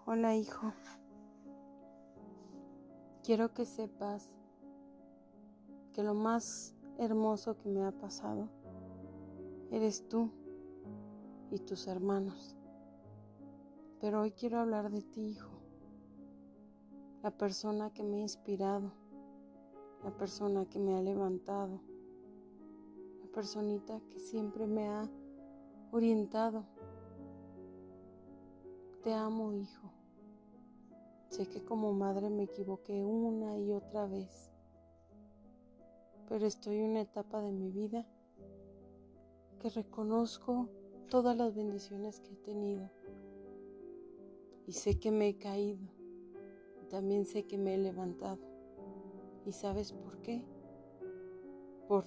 Hola, hijo. Quiero que sepas que lo más hermoso que me ha pasado eres tú y tus hermanos. Pero hoy quiero hablar de ti, hijo. La persona que me ha inspirado, la persona que me ha levantado, la personita que siempre me ha orientado. Te amo, hijo. Sé que como madre me equivoqué una y otra vez, pero estoy en una etapa de mi vida que reconozco todas las bendiciones que he tenido y sé que me he caído y también sé que me he levantado. ¿Y sabes por qué? Por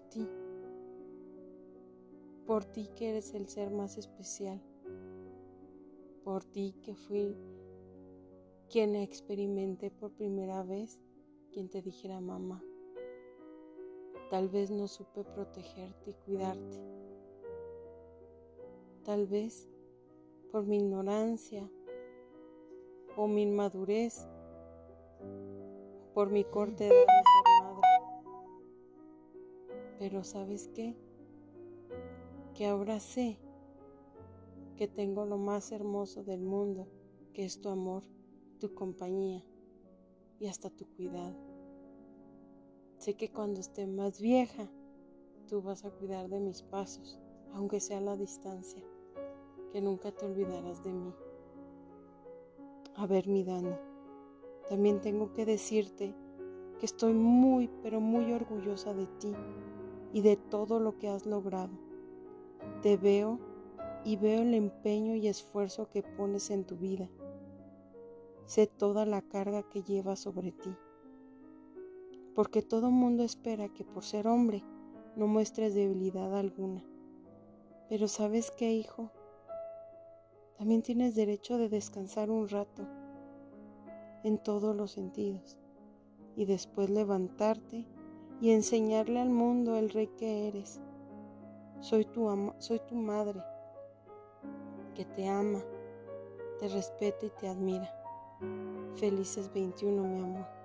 ti que eres el ser más especial, por ti que fui quien experimenté por primera vez, quien te dijera mamá. Tal vez no supe protegerte y cuidarte. Tal vez por mi ignorancia o mi inmadurez, por mi corta edad de ser madre. Pero ¿sabes qué? Que ahora sé que tengo lo más hermoso del mundo, que es tu amor, tu compañía y hasta tu cuidado. Sé que cuando esté más vieja, tú vas a cuidar de mis pasos, aunque sea a la distancia, que nunca te olvidarás de mí. A ver, mi Dani, también tengo que decirte que estoy muy, pero muy orgullosa de ti y de todo lo que has logrado. Te veo y veo el empeño y esfuerzo que pones en tu vida. Sé toda la carga que llevas sobre ti, porque todo mundo espera que por ser hombre no muestres debilidad alguna. Pero ¿sabes qué, hijo? También tienes derecho de descansar un rato, en todos los sentidos, y después levantarte y enseñarle al mundo el rey que eres. Soy tu madre, que te ama, te respeta y te admira. Felices 21, mi amor.